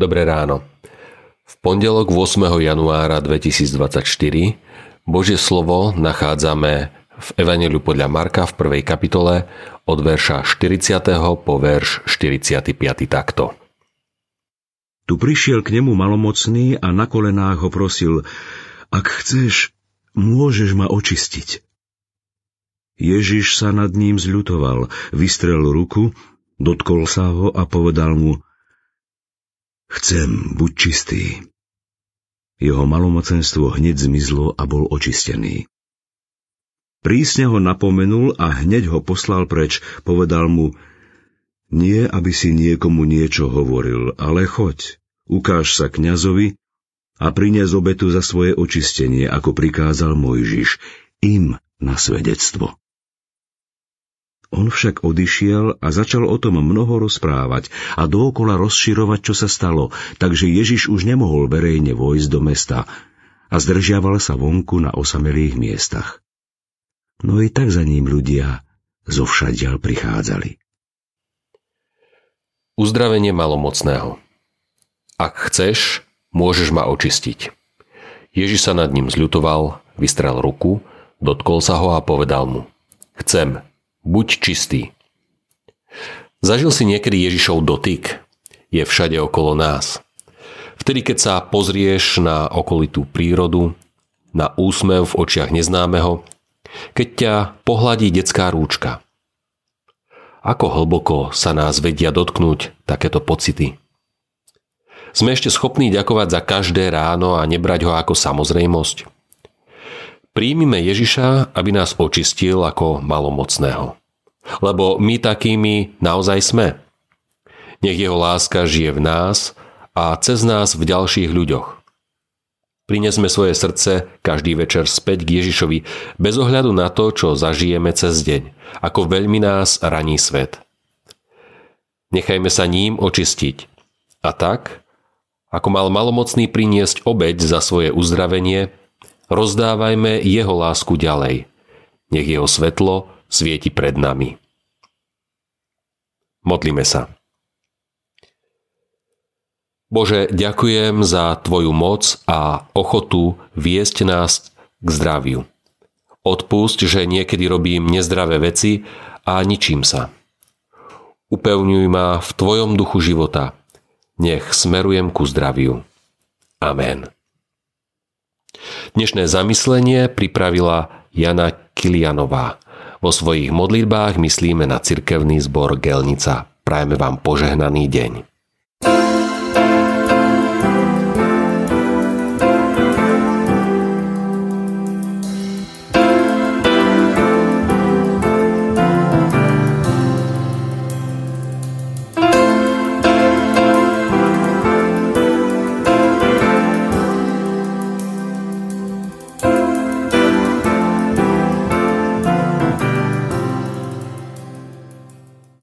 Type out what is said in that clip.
Dobré ráno. V pondelok 8. januára 2024 Božie slovo nachádzame v Evanjeliu podľa Marka v 1. kapitole od verša 40. po verš 45. takto. Tu prišiel k nemu malomocný a na kolenách ho prosil: Ak chceš, môžeš ma očistiť. Ježiš sa nad ním zľutoval, vystrel ruku, dotkol sa ho a povedal mu: Chcem, buď čistý. Jeho malomocenstvo hneď zmizlo a bol očistený. Prísne ho napomenul a hneď ho poslal preč, povedal mu: Nie, aby si niekomu niečo hovoril, ale choď, ukáž sa kňazovi a prinies obetu za svoje očistenie, ako prikázal Mojžiš, im na svedectvo. On však odišiel a začal o tom mnoho rozprávať a dookola rozširovať, čo sa stalo, takže Ježiš už nemohol verejne vojsť do mesta a zdržiaval sa vonku na osamelých miestach. No i tak za ním ľudia zovšadiaľ prichádzali. Uzdravenie malomocného. Ak chceš, môžeš ma očistiť. Ježiš sa nad ním zľutoval, vystrel ruku, dotkol sa ho a povedal mu: Chcem, buď čistý. Zažil si niekedy Ježišov dotyk? Je všade okolo nás. Vtedy, keď sa pozrieš na okolitú prírodu, na úsmev v očiach neznámeho, keď ťa pohľadí detská rúčka. Ako hlboko sa nás vedia dotknúť takéto pocity? Sme ešte schopní ďakovať za každé ráno a nebrať ho ako samozrejmosť? Príjmime Ježiša, aby nás očistil ako malomocného. Lebo my takými naozaj sme. Nech jeho láska žije v nás a cez nás v ďalších ľuďoch. Prinesme svoje srdce každý večer späť k Ježišovi bez ohľadu na to, čo zažijeme cez deň, ako veľmi nás raní svet. Nechajme sa ním očistiť. A tak, ako mal malomocný priniesť obeť za svoje uzdravenie, rozdávajme jeho lásku ďalej. Nech jeho svetlo svieti pred nami. Modlíme sa. Bože, ďakujem za Tvoju moc a ochotu viesť nás k zdraviu. Odpusť, že niekedy robím nezdravé veci a ničím sa. Upevňuj ma v Tvojom duchu života. Nech smerujem ku zdraviu. Amen. Dnešné zamyslenie pripravila Jana Kilianová. Vo svojich modlitbách myslíme na cirkevný zbor Gelnica. Prajeme vám požehnaný deň.